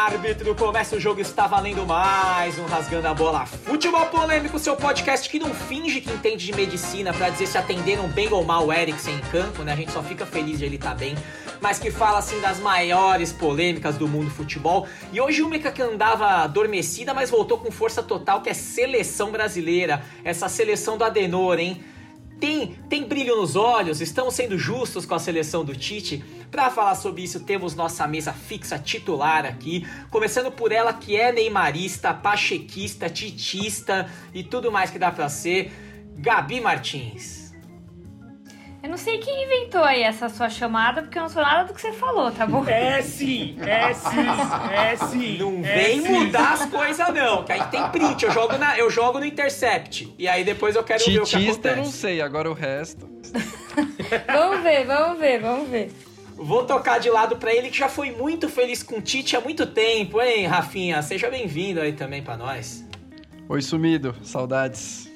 árbitro, começa o jogo, está valendo mais um Rasgando a Bola Futebol Polêmico, seu podcast que não finge que entende de medicina pra dizer se atenderam bem ou mal o Eriksen em campo, né? A gente só fica feliz de ele estar bem, mas que fala assim das maiores polêmicas do mundo futebol. E hoje uma que andava adormecida, mas voltou com força total, que é seleção brasileira, essa seleção do Adenor, hein? Tem brilho nos olhos? Estamos sendo justos com a seleção do Tite? Para falar sobre isso, temos nossa mesa fixa titular aqui, começando por ela que é neymarista, pachequista, titista e tudo mais que dá para ser, Gabi Martins. Eu não sei quem inventou aí essa sua chamada, porque eu não sou nada do que você falou, tá bom? É sim. Não vem mudar as coisas não, que aí tem print, eu jogo no Intercept, e aí depois eu quero ver o que acontece. Titista eu não sei, agora o resto... Vamos ver. Vou tocar de lado pra ele que já foi muito feliz com o Tite há muito tempo, hein, Rafinha? Seja bem-vindo aí também pra nós. Oi, sumido. Saudades.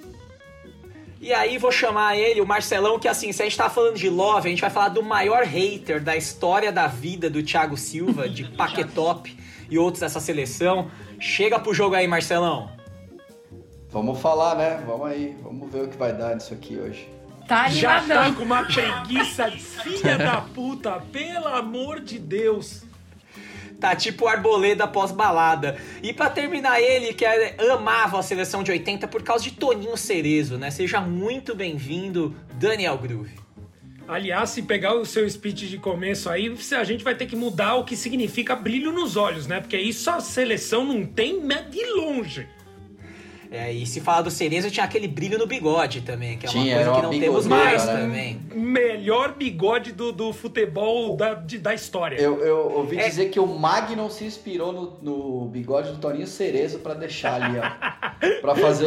E aí vou chamar ele, o Marcelão, que assim, se a gente tá falando de love, a gente vai falar do maior hater da história da vida do Thiago Silva, de Paquetop e outros dessa seleção. Chega pro jogo aí, Marcelão. Vamos falar, né? Vamos aí. Vamos ver o que vai dar nisso aqui hoje. Tá Já animadão. tá com uma preguiça, filha da puta, pelo amor de Deus. Tá tipo Arboleda pós-balada. E pra terminar ele, que amava a seleção de 80 por causa de Toninho Cerezo, né? Seja muito bem-vindo, Daniel Groove. Aliás, se pegar o seu speech de começo aí, a gente vai ter que mudar o que significa brilho nos olhos, né? Porque isso a seleção não tem de longe. E se falar do Cerezo, tinha aquele brilho no bigode também, que é uma Tinha, coisa era que não uma temos bigodeira, mais né? também. Melhor bigode do futebol da história. Eu ouvi dizer que o Magnum se inspirou no bigode do Toninho Cerezo pra deixar ali, ó. Pra fazer o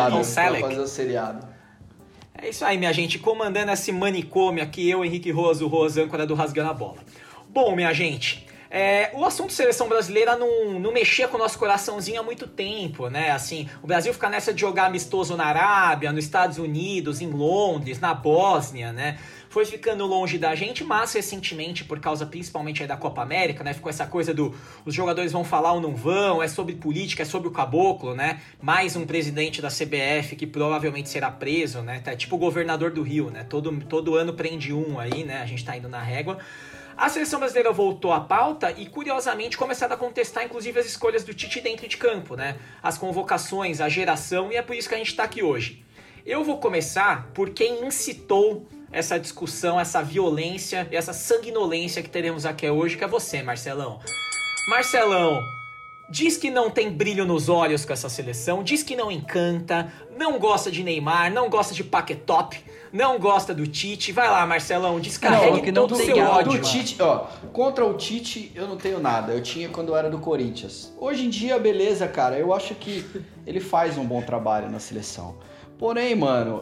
seriado. É isso aí, minha gente. Comandando esse manicômio aqui, eu, Henrique Roso, âncora do Rasgando a Bola. Bom, minha gente... o assunto seleção brasileira não mexia com o nosso coraçãozinho há muito tempo, né? Assim, o Brasil fica nessa de jogar amistoso na Arábia, nos Estados Unidos, em Londres, na Bósnia, né? Foi ficando longe da gente, mas recentemente, por causa principalmente aí da Copa América, né? Ficou essa coisa os jogadores vão falar ou não vão, é sobre política, é sobre o caboclo, né? Mais um presidente da CBF que provavelmente será preso, né? Tá tipo o governador do Rio, né? Todo ano prende um aí, né? A gente tá indo na régua. A seleção brasileira voltou à pauta e, curiosamente, começaram a contestar, inclusive, as escolhas do Tite dentro de campo, né? As convocações, a geração, e é por isso que a gente está aqui hoje. Eu vou começar por quem incitou essa discussão, essa violência e essa sanguinolência que teremos aqui hoje, que é você, Marcelão. Marcelão, diz que não tem brilho nos olhos com essa seleção, diz que não encanta, não gosta de Neymar, não gosta de Paquetop, não gosta do Tite. Vai lá, Marcelão, descarregue todo o seu ódio. Do Tite, contra o Tite eu não tenho nada. Eu tinha quando eu era do Corinthians. Hoje em dia, beleza, cara. Eu acho que ele faz um bom trabalho na seleção. Porém, mano,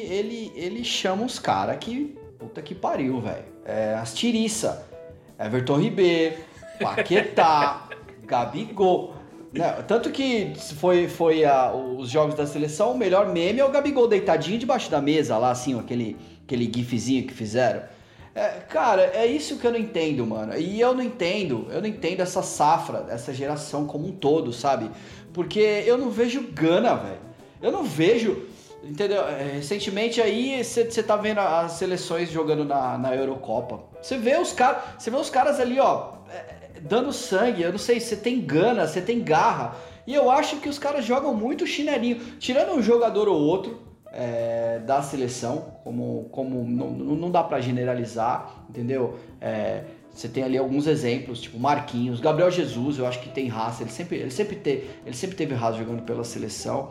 ele chama uns caras que... Puta que pariu, velho. As tiriça. Everton Ribeiro, Paquetá, Gabigol... Não, tanto que foi os jogos da seleção, o melhor meme é o Gabigol deitadinho debaixo da mesa lá, assim, aquele gifzinho que fizeram. Cara, é isso que eu não entendo, mano. E eu não entendo essa safra, essa geração como um todo, sabe? Porque eu não vejo gana, velho. Eu não vejo, entendeu? Recentemente aí, você tá vendo as seleções jogando na Eurocopa. Você vê os caras ali, ó... dando sangue, eu não sei, você tem gana, você tem garra, e eu acho que os caras jogam muito chinelinho, tirando um jogador ou outro da seleção, como não dá pra generalizar, entendeu? Você tem ali alguns exemplos, tipo Marquinhos, Gabriel Jesus, eu acho que tem raça, ele sempre teve raça jogando pela seleção.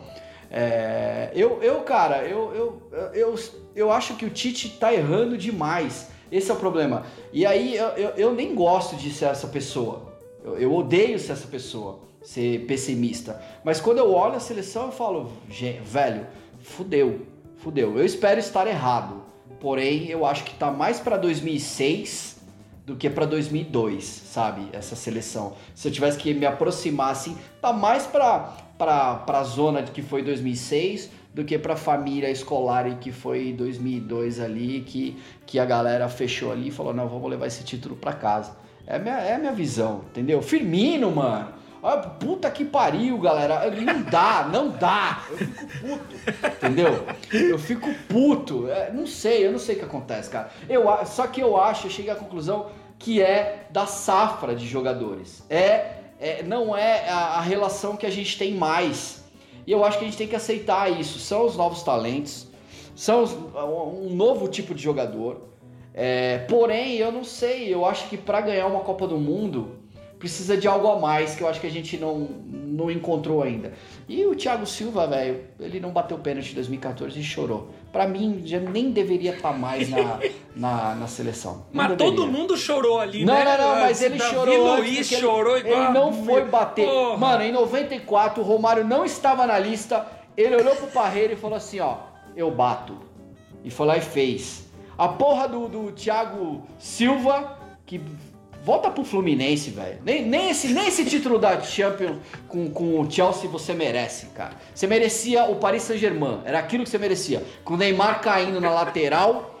Eu acho que o Tite tá errando demais. Esse é o problema. E aí eu nem gosto de ser essa pessoa. Eu odeio ser essa pessoa, ser pessimista. Mas quando eu olho a seleção, eu falo, velho, fudeu. Eu espero estar errado. Porém, eu acho que tá mais pra 2006 do que pra 2002, sabe? Essa seleção. Se eu tivesse que me aproximar assim, tá mais pra zona de que foi 2006 do que pra família escolar e que foi 2002 ali, que a galera fechou ali e falou, não, vamos levar esse título pra casa. É a minha visão, entendeu? Firmino, mano. Puta que pariu, galera. Não dá. Eu fico puto, entendeu? Eu fico puto. Eu não sei o que acontece, cara. Só que eu cheguei à conclusão que é da safra de jogadores. Não é a relação que a gente tem mais. E eu acho que a gente tem que aceitar isso. São os novos talentos, são um novo tipo de jogador. Porém, eu não sei, eu acho que para ganhar uma Copa do Mundo precisa de algo a mais que eu acho que a gente não encontrou ainda. E o Thiago Silva, velho, ele não bateu pênalti em 2014 e chorou. Pra mim, já nem deveria estar mais na seleção. Mas todo mundo chorou ali, não, né? Não, mas ele Davi chorou Luiz antes chorou igual. Ele não foi bater. Porra. Mano, em 94, o Romário não estava na lista. Ele olhou pro Parreira e falou assim, ó, eu bato. E foi lá e fez. A porra do Thiago Silva, que volta pro Fluminense, velho. Nem esse título da Champions com o Chelsea você merece, cara. Você merecia o Paris Saint-Germain. Era aquilo que você merecia. Com o Neymar caindo na lateral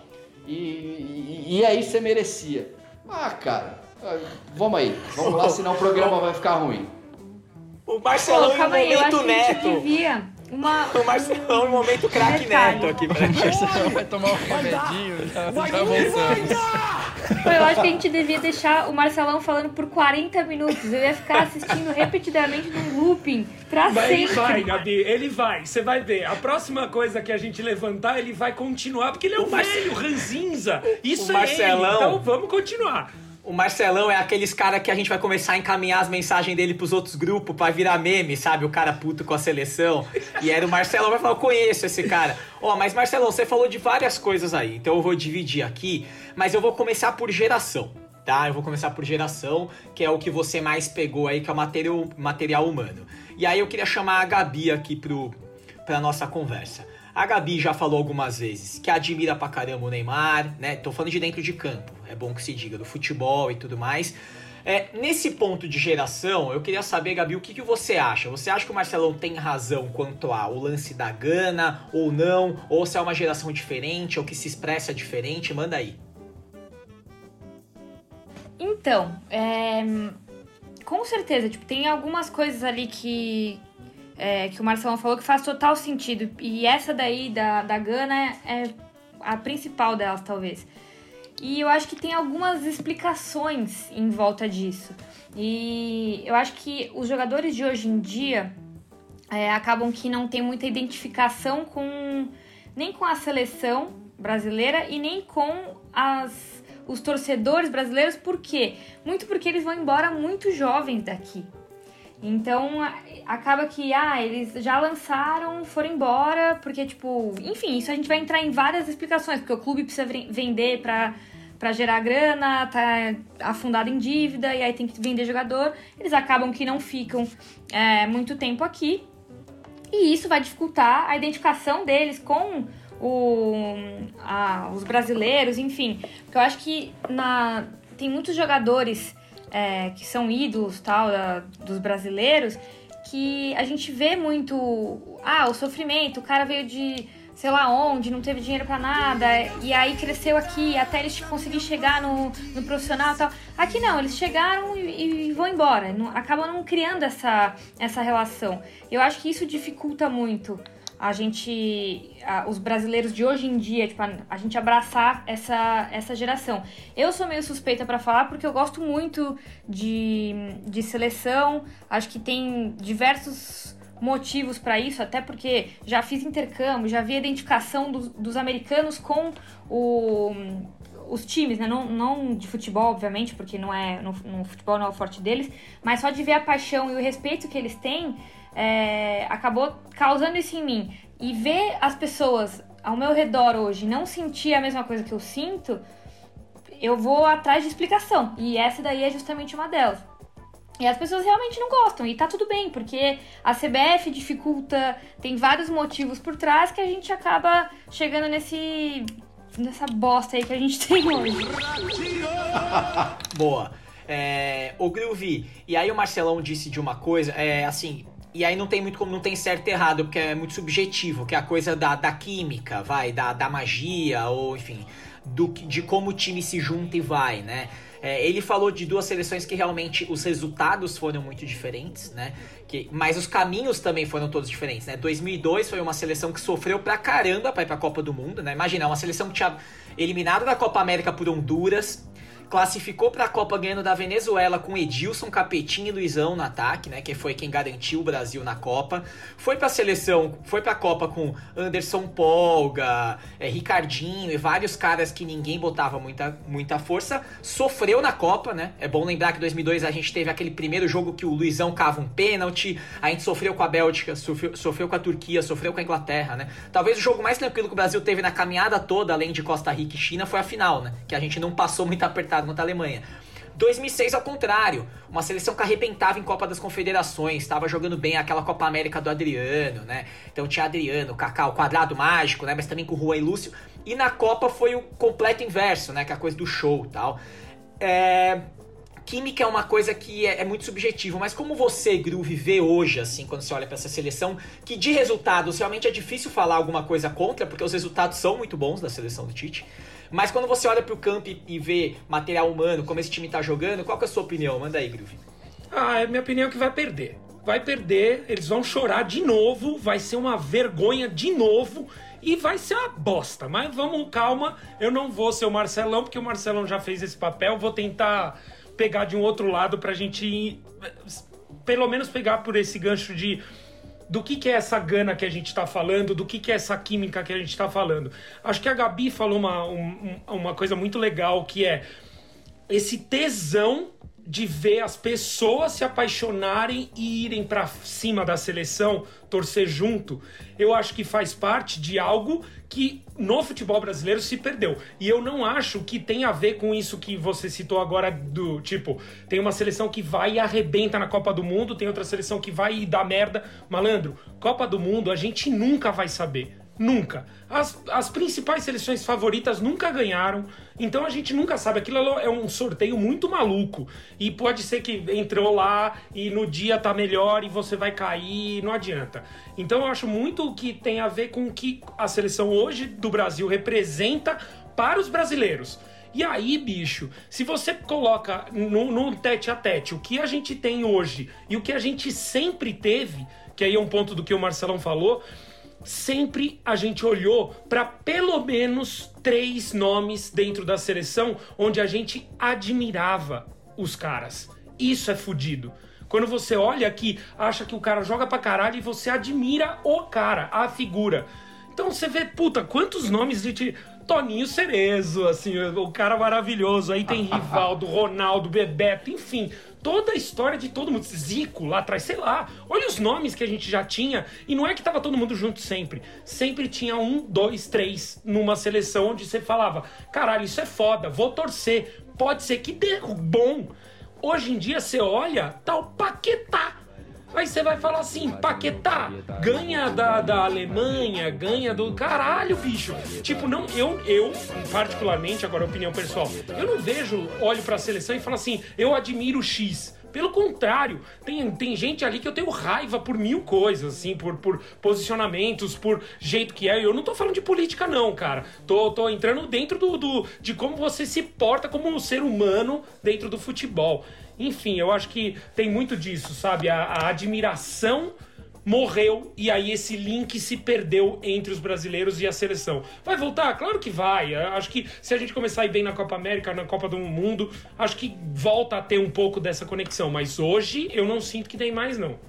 e aí você merecia. Cara, vamos aí. Vamos lá, senão o programa vai ficar ruim. O Marcelão e o Momento Neto. O Marcelão e o Momento Craque Neto aqui pra gente. O Marcelão vai tomar um remedinho, já voltando. Eu acho que a gente devia deixar o Marcelão falando por 40 minutos. Eu ia ficar assistindo repetidamente num looping pra sempre. Ele vai, Gabi, ele vai. Você vai ver. A próxima coisa que a gente levantar, ele vai continuar, porque ele é um velho ranzinza. Isso é ele. Então vamos continuar. O Marcelão é aqueles cara que a gente vai começar a encaminhar as mensagens dele pros outros grupos pra virar meme, sabe? O cara puto com a seleção. E era o Marcelão, vai falar, eu conheço esse cara. Mas Marcelão, você falou de várias coisas aí, então eu vou dividir aqui, mas eu vou começar por geração, tá? Eu vou começar por geração, que é o que você mais pegou aí, que é o material humano. E aí eu queria chamar a Gabi aqui pra nossa conversa. A Gabi já falou algumas vezes que admira pra caramba o Neymar, né? Tô falando de dentro de campo, é bom que se diga, do futebol e tudo mais. Nesse ponto de geração, eu queria saber, Gabi, o que você acha? Você acha que o Marcelão tem razão quanto ao lance da Gana ou não? Ou se é uma geração diferente, ou que se expressa diferente? Manda aí. Então, com certeza, tem algumas coisas ali que o Marcelão falou que faz total sentido. E essa daí da Gana é a principal delas, talvez. E eu acho que tem algumas explicações em volta disso. E eu acho que os jogadores de hoje em dia acabam que não tem muita identificação nem com a seleção brasileira e nem com os torcedores brasileiros. Por quê? Muito porque eles vão embora muito jovens daqui. Então, acaba que, eles já lançaram, foram embora, porque, enfim, isso a gente vai entrar em várias explicações, porque o clube precisa vender pra gerar grana, tá afundado em dívida, e aí tem que vender jogador. Eles acabam que não ficam muito tempo aqui, e isso vai dificultar a identificação deles com os brasileiros, enfim. Porque eu acho que tem muitos jogadores que são ídolos dos brasileiros, que a gente vê muito o sofrimento, o cara veio de sei lá onde, não teve dinheiro pra nada, e aí cresceu aqui até eles conseguirem chegar no profissional e tal. Aqui não, eles chegaram e vão embora, acabam não criando essa relação. Eu acho que isso dificulta muito os brasileiros de hoje em dia, a gente abraçar essa geração. Eu sou meio suspeita pra falar porque eu gosto muito de seleção, acho que tem diversos motivos pra isso, até porque já fiz intercâmbio, já vi a identificação dos americanos com os times, né? Não de futebol, obviamente, porque no futebol não é o forte deles, mas só de ver a paixão e o respeito que eles têm, acabou causando isso em mim. E ver as pessoas ao meu redor hoje não sentir a mesma coisa que eu sinto, eu vou atrás de explicação. E essa daí é justamente uma delas. E as pessoas realmente não gostam, e tá tudo bem, porque a CBF dificulta, tem vários motivos por trás que a gente acaba chegando nessa bosta aí que a gente tem hoje. Boa. O Groovy, e aí o Marcelão disse de uma coisa, assim, e aí não tem muito como, não tem certo e errado, porque é muito subjetivo, que é a coisa da química, da magia, ou enfim, de como o time se junta e vai, né? Ele falou de duas seleções que realmente os resultados foram muito diferentes, né? Mas os caminhos também foram todos diferentes, né? 2002 foi uma seleção que sofreu pra caramba pra ir pra Copa do Mundo, né? Imagina, uma seleção que tinha eliminado da Copa América por Honduras, classificou pra Copa ganhando da Venezuela com Edilson, Capetinha e Luizão no ataque, né? Que foi quem garantiu o Brasil na Copa. Foi pra seleção, foi pra Copa com Anderson Polga, Ricardinho e vários caras que ninguém botava muita força. Sofreu na Copa, né? É bom lembrar que em 2002 a gente teve aquele primeiro jogo que o Luizão cava um pênalti. A gente sofreu com a Bélgica, sofreu com a Turquia, sofreu com a Inglaterra, né? Talvez o jogo mais tranquilo que o Brasil teve na caminhada toda, além de Costa Rica e China, foi a final, né? Que a gente não passou muito apertado contra a Alemanha. 2006 ao contrário, uma seleção que arrebentava em Copa das Confederações, estava jogando bem aquela Copa América do Adriano, né? Então tinha Adriano, Kaká, o quadrado mágico, né? Mas também com Juan e Lúcio. E na Copa foi o completo inverso, né? Que é a coisa do show e tal. Química é uma coisa que é muito subjetivo, mas como você, Groove, vê hoje, assim, quando você olha para essa seleção, que de resultados realmente é difícil falar alguma coisa contra, porque os resultados são muito bons da seleção do Tite. Mas quando você olha pro campo e vê material humano, como esse time tá jogando, qual que é a sua opinião? Manda aí, Groove. Minha opinião é que vai perder. Vai perder, eles vão chorar de novo, vai ser uma vergonha de novo e vai ser uma bosta. Mas vamos, calma, eu não vou ser o Marcelão, porque o Marcelão já fez esse papel, vou tentar pegar de um outro lado pra gente, pelo menos pegar por esse gancho do que é essa gana que a gente tá falando, do que é essa química que a gente tá falando. Acho que a Gabi falou uma coisa muito legal, que é esse tesão de ver as pessoas se apaixonarem e irem pra cima da seleção, torcer junto. Eu acho que faz parte de algo que no futebol brasileiro se perdeu. E eu não acho que tem a ver com isso que você citou agora, do tipo, tem uma seleção que vai e arrebenta na Copa do Mundo, tem outra seleção que vai e dá merda. Malandro, Copa do Mundo a gente nunca vai saber. Nunca. As principais seleções favoritas nunca ganharam, então a gente nunca sabe. Aquilo é um sorteio muito maluco. E pode ser que entrou lá e no dia tá melhor e você vai cair, não adianta. Então eu acho muito que tem a ver com o que a seleção hoje do Brasil representa para os brasileiros. E aí, bicho, se você coloca no tete a tete o que a gente tem hoje e o que a gente sempre teve, que aí é um ponto do que o Marcelão falou, sempre a gente olhou para pelo menos 3 nomes dentro da seleção onde a gente admirava os caras. Isso é fudido. Quando você olha aqui, acha que o cara joga pra caralho e você admira o cara, a figura. Então você vê, puta, quantos nomes de Toninho Cerezo, assim, o cara maravilhoso. Aí tem Rivaldo, Ronaldo, Bebeto, enfim, toda a história de todo mundo. Zico lá atrás, sei lá. Olha os nomes que a gente já tinha. E não é que tava todo mundo junto sempre. Sempre tinha 1, 2, 3 numa seleção onde você falava, caralho, isso é foda, vou torcer. Pode ser que dê bom. Hoje em dia você olha, tá o Paquetá. Aí você vai falar assim, Paquetá, ganha da Alemanha, ganha do... Caralho, bicho. Tipo, não, eu particularmente, agora opinião pessoal, eu não olho pra seleção e falo assim, eu admiro o X. Pelo contrário, tem gente ali que eu tenho raiva por 1000 coisas, assim, por posicionamentos, por jeito que é. Eu não tô falando de política, não, cara. Tô entrando dentro de como você se porta como um ser humano dentro do futebol. Enfim, eu acho que tem muito disso, sabe? A admiração morreu e aí esse link se perdeu entre os brasileiros e a seleção. Vai voltar? Claro que vai. Acho que se a gente começar a ir bem na Copa América, na Copa do Mundo, acho que volta a ter um pouco dessa conexão. Mas hoje eu não sinto que tem mais, não.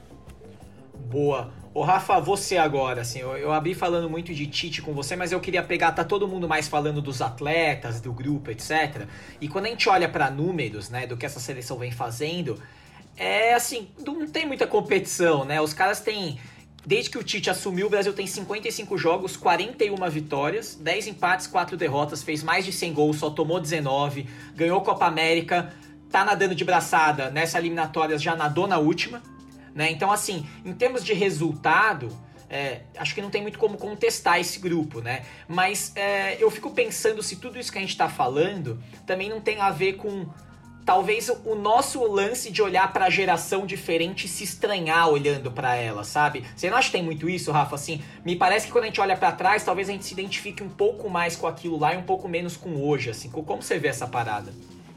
Boa. Ô Rafa, você agora, assim, eu abri falando muito de Tite com você, mas eu queria pegar, tá todo mundo mais falando dos atletas, do grupo, etc. E quando a gente olha pra números, né, do que essa seleção vem fazendo, assim, não tem muita competição, né? Os caras têm, desde que o Tite assumiu, o Brasil tem 55 jogos, 41 vitórias, 10 empates, 4 derrotas, fez mais de 100 gols, só tomou 19, ganhou Copa América, tá nadando de braçada nessa eliminatória, já nadou na última, né? Então, assim, em termos de resultado, acho que não tem muito como contestar esse grupo, né? Mas eu fico pensando se tudo isso que a gente tá falando também não tem a ver com talvez o nosso lance de olhar pra geração diferente se estranhar olhando pra ela, sabe? Você não acha que tem muito isso, Rafa? Assim, me parece que quando a gente olha pra trás, talvez a gente se identifique um pouco mais com aquilo lá e um pouco menos com hoje, assim. Como você vê essa parada?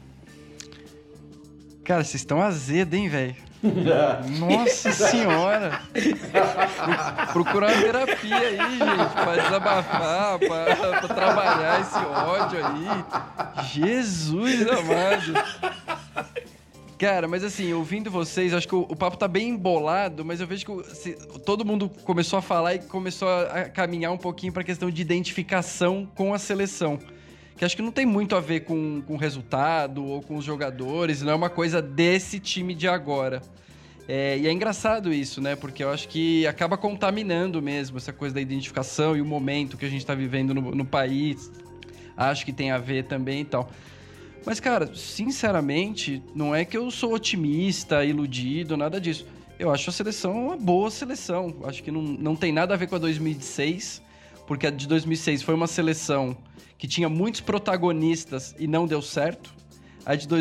Cara, vocês estão azedo, hein, velho? Nossa senhora! Procurar uma terapia aí, gente, pra desabafar, pra trabalhar esse ódio aí. Jesus amado! Cara, mas assim, ouvindo vocês, acho que o papo tá bem embolado, mas eu vejo que todo mundo começou a falar e começou a caminhar um pouquinho pra questão de identificação com a seleção. Que acho que não tem muito a ver com o resultado ou com os jogadores, não é uma coisa desse time de agora. E é engraçado isso, né? Porque eu acho que acaba contaminando mesmo essa coisa da identificação e o momento que a gente tá vivendo no país. Acho que tem a ver também e tal. Mas, cara, sinceramente, não é que eu sou otimista, iludido, nada disso. Eu acho a seleção uma boa seleção. Acho que não tem nada a ver com a 2006, porque a de 2006 foi uma seleção que tinha muitos protagonistas e não deu certo. A de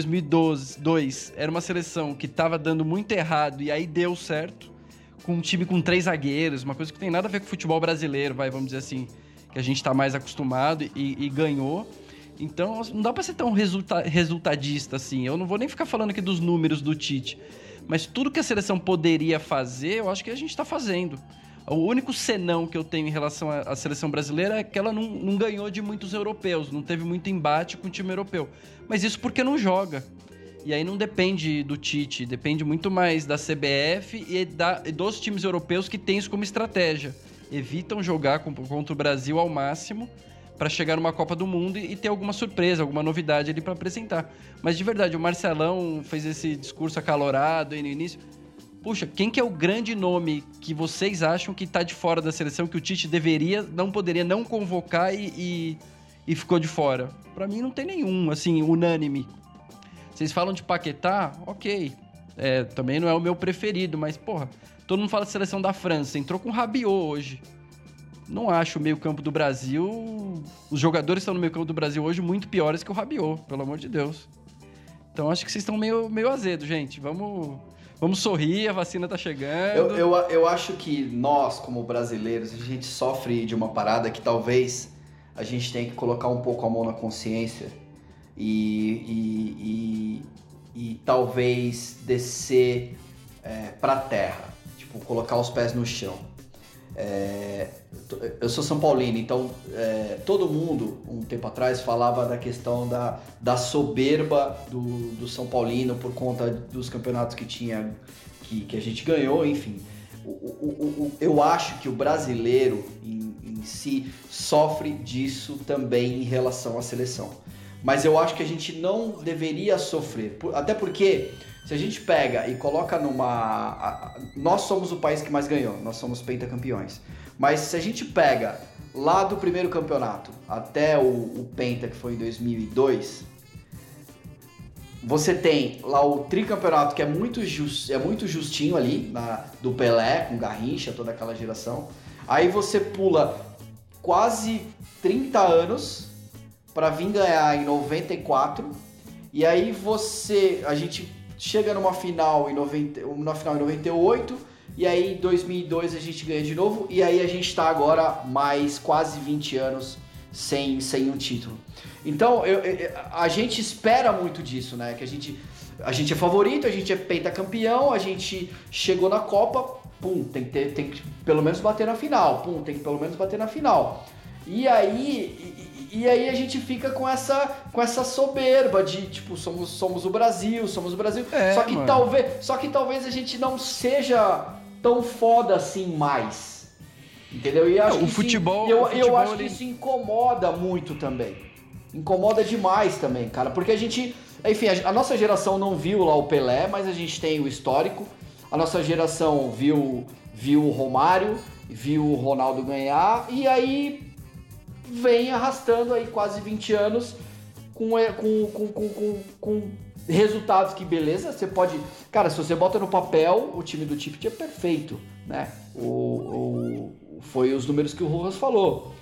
2002 era uma seleção que estava dando muito errado e aí deu certo, com um time com 3 zagueiros, uma coisa que tem nada a ver com o futebol brasileiro, vamos dizer assim, que a gente está mais acostumado e ganhou. Então não dá para ser tão resultadista assim. Eu não vou nem ficar falando aqui dos números do Tite, mas tudo que a seleção poderia fazer, eu acho que a gente está fazendo. O único senão que eu tenho em relação à seleção brasileira é que ela não ganhou de muitos europeus, não teve muito embate com o time europeu. Mas isso porque não joga. E aí não depende do Tite, depende muito mais da CBF e dos times europeus que têm isso como estratégia. Evitam jogar contra o Brasil ao máximo para chegar numa Copa do Mundo e ter alguma surpresa, alguma novidade ali para apresentar. Mas de verdade, o Marcelão fez esse discurso acalorado aí no início. Puxa, quem que é o grande nome que vocês acham que tá de fora da seleção, que o Tite não poderia não convocar e ficou de fora? Pra mim não tem nenhum, assim, unânime. Vocês falam de Paquetá? Ok. Também não é o meu preferido, mas, porra, todo mundo fala de seleção da França. Entrou com Rabiot hoje. Não acho o meio-campo do Brasil... Os jogadores que estão no meio-campo do Brasil hoje muito piores que o Rabiot, pelo amor de Deus. Então acho que vocês estão meio azedo, gente. Vamos sorrir, a vacina tá chegando. Eu acho que nós, como brasileiros, a gente sofre de uma parada que talvez a gente tenha que colocar um pouco a mão na consciência e talvez descer pra terra. Tipo, colocar os pés no chão. Eu sou São Paulino, então todo mundo, um tempo atrás, falava da questão da soberba do São Paulino por conta dos campeonatos que a gente ganhou, enfim. Eu acho que o brasileiro em si sofre disso também em relação à seleção. Mas eu acho que a gente não deveria sofrer, até porque se a gente pega e coloca nós somos o país que mais ganhou, nós somos pentacampeões. Mas se a gente pega lá do primeiro campeonato até o penta, que foi em 2002, você tem lá o tricampeonato, que é muito justinho ali, do Pelé, com Garrincha, toda aquela geração. Aí você pula quase 30 anos para vir ganhar em 94, e aí a gente chega numa final em 98, e aí em 2002 a gente ganha de novo, e aí a gente está agora mais quase 20 anos sem um título. Então a gente espera muito disso, né? Que a gente é favorito, a gente é pentacampeão, a gente chegou na Copa, tem que pelo menos bater na final, tem que pelo menos bater na final. E aí a gente fica com essa soberba de, tipo, somos o Brasil. Só que talvez a gente não seja tão foda assim mais. Entendeu? E acho que futebol, eu acho que isso incomoda muito também. Incomoda demais também, cara. Porque a gente... Enfim, a nossa geração não viu lá o Pelé, mas a gente tem o histórico. A nossa geração viu o Romário, viu o Ronaldo ganhar, e aí vem arrastando aí quase 20 anos com resultados que, beleza, você pode... Cara, se você bota no papel, o time do Tite é perfeito, né? Foi os números que o Rojas falou.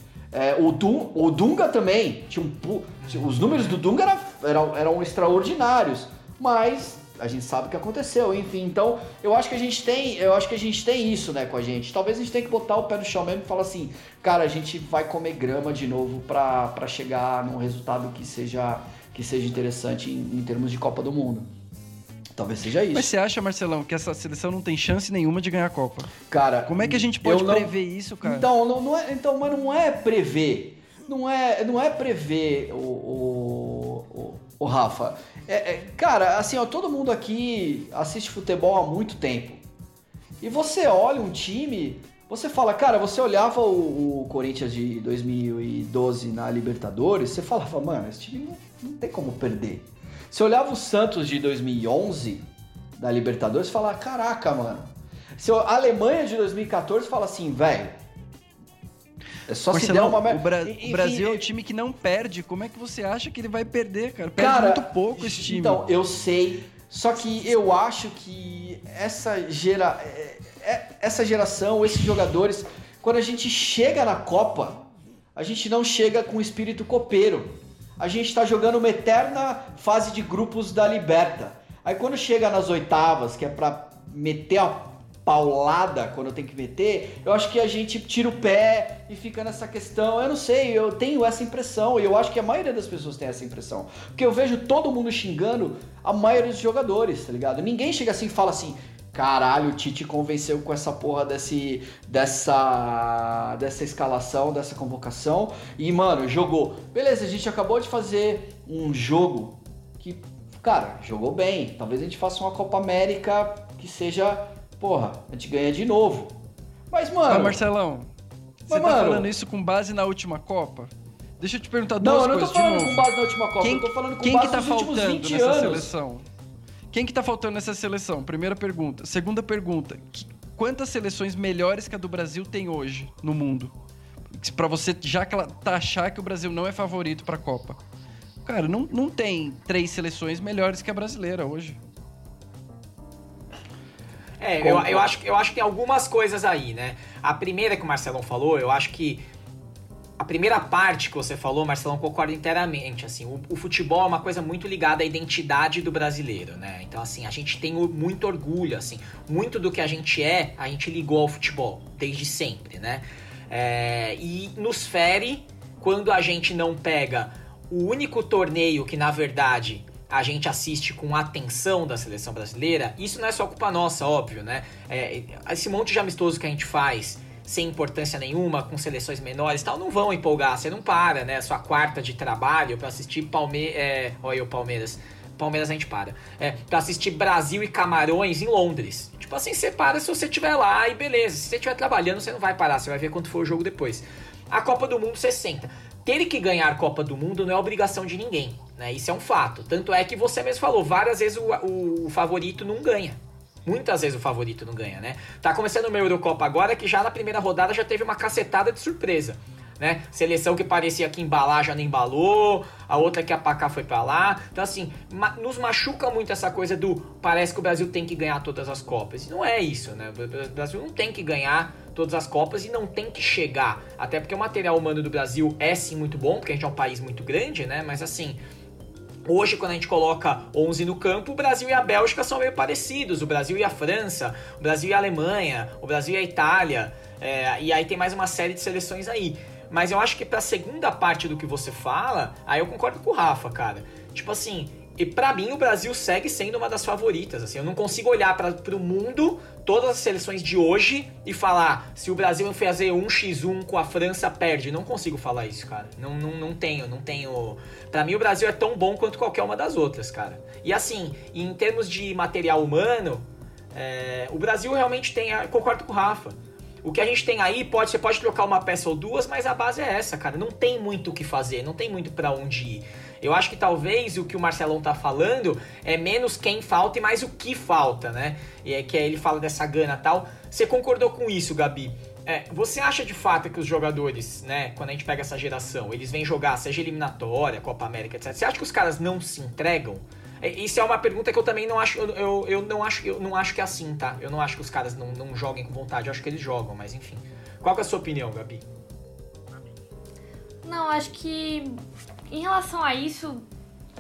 O Dunga também, os números do Dunga eram extraordinários. mas a gente sabe o que aconteceu, enfim. Então, eu acho que a gente tem isso, né, com a gente. Talvez a gente tenha que botar o pé no chão mesmo e falar assim, cara, a gente vai comer grama de novo pra chegar num resultado que seja interessante em termos de Copa do Mundo. Talvez seja isso. Mas você acha, Marcelão, que essa seleção não tem chance nenhuma de ganhar a Copa? Cara, como é que a gente pode prever isso, cara? Mas não é prever. Não é prever o Rafa. Cara, assim, ó, todo mundo aqui assiste futebol há muito tempo. E você olha um time, você fala, cara, você olhava o Corinthians de 2012 na Libertadores, você falava, mano, esse time não tem como perder. Você olhava o Santos de 2011 da Libertadores e falava, caraca, mano. A Alemanha de 2014 fala assim, velho, é só se der uma... O Brasil é um time que não perde. Como é que você acha que ele vai perder, cara? Perde muito pouco esse time. Então, eu sei, só que eu acho que essa geração, esses jogadores, quando a gente chega na Copa, a gente não chega com espírito copeiro. A gente tá jogando uma eterna fase de grupos da Liberta. Aí quando chega nas oitavas, que é pra meter a paulada quando tem que meter, eu acho que a gente tira o pé e fica nessa questão. Eu não sei, eu tenho essa impressão, e eu acho que a maioria das pessoas tem essa impressão. Porque eu vejo todo mundo xingando a maioria dos jogadores, tá ligado? Ninguém chega assim e fala assim, caralho, o Tite convenceu com essa porra dessa escalação, dessa convocação. E, mano, jogou. Beleza, a gente acabou de fazer um jogo que, cara, jogou bem. Talvez a gente faça uma Copa América que seja, porra, a gente ganha de novo. Mas, mano... Marcelão, você tá falando isso com base na última Copa? Deixa eu te perguntar duas coisas de novo. Não, eu não tô falando com base na última Copa, eu tô falando com base nos últimos 20 anos. Seleção? Quem que tá faltando nessa seleção? Primeira pergunta. Segunda pergunta. Quantas seleções melhores que a do Brasil tem hoje no mundo? Pra você já taxar que o Brasil não é favorito pra Copa. Cara, não tem 3 seleções melhores que a brasileira hoje. Eu acho que tem algumas coisas aí, né? A primeira que o Marcelão falou, eu acho que a primeira parte que você falou, Marcelão, concorda inteiramente, assim, o futebol é uma coisa muito ligada à identidade do brasileiro, né? Então, assim, a gente tem muito orgulho, assim, muito do que a gente ligou ao futebol, desde sempre, né? E nos fere quando a gente não pega o único torneio que, na verdade, a gente assiste com atenção da seleção brasileira. Isso não é só culpa nossa, óbvio, né? Esse monte de amistoso que a gente faz sem importância nenhuma, com seleções menores e tal, não vão empolgar, você não para, né? Sua quarta de trabalho pra assistir olha o Palmeiras. Palmeiras a gente para. Pra assistir Brasil e Camarões em Londres. Tipo assim, você para se você estiver lá e beleza. Se você estiver trabalhando, você não vai parar, você vai ver quanto for o jogo depois. A Copa do Mundo, você senta. Ter que ganhar a Copa do Mundo não é obrigação de ninguém, né? Isso é um fato. Tanto é que você mesmo falou, várias vezes o favorito não ganha. Muitas vezes o favorito não ganha, né? Tá começando uma Eurocopa agora que já na primeira rodada já teve uma cacetada de surpresa, né? Seleção que parecia que embalar já não embalou, a outra que apacar foi pra lá. Então assim, nos machuca muito essa coisa do parece que o Brasil tem que ganhar todas as Copas. E não é isso, né? O Brasil não tem que ganhar todas as Copas e não tem que chegar. Até porque o material humano do Brasil é sim muito bom, porque a gente é um país muito grande, né? Mas assim... Hoje, quando a gente coloca 11 no campo, o Brasil e a Bélgica são meio parecidos. O Brasil e a França, o Brasil e a Alemanha, o Brasil e a Itália. E aí tem mais uma série de seleções aí. Mas eu acho que pra segunda parte do que você fala, aí eu concordo com o Rafa, cara. Tipo assim, e pra mim o Brasil segue sendo uma das favoritas. Assim, eu não consigo olhar pro mundo, todas as seleções de hoje, e falar, se o Brasil fazer 1x1 com a França, perde. Não consigo falar isso, cara. Não tenho... Pra mim o Brasil é tão bom quanto qualquer uma das outras, cara. E assim, em termos de material humano, o Brasil realmente tem... Concordo com o Rafa. O que a gente tem aí, você pode trocar uma peça ou duas, mas a base é essa, cara. Não tem muito o que fazer, não tem muito pra onde ir. Eu acho que talvez o que o Marcelão tá falando é menos quem falta e mais o que falta, né? E que ele fala dessa gana e tal. Você concordou com isso, Gabi? Você acha de fato que os jogadores, né, quando a gente pega essa geração, eles vêm jogar, seja eliminatória, Copa América, etc. Você acha que os caras não se entregam? Isso é uma pergunta que eu também não acho, eu não acho que é assim, tá? Eu não acho que os caras não joguem com vontade, eu acho que eles jogam, mas enfim. Qual que é a sua opinião, Gabi? Não, acho que em relação a isso,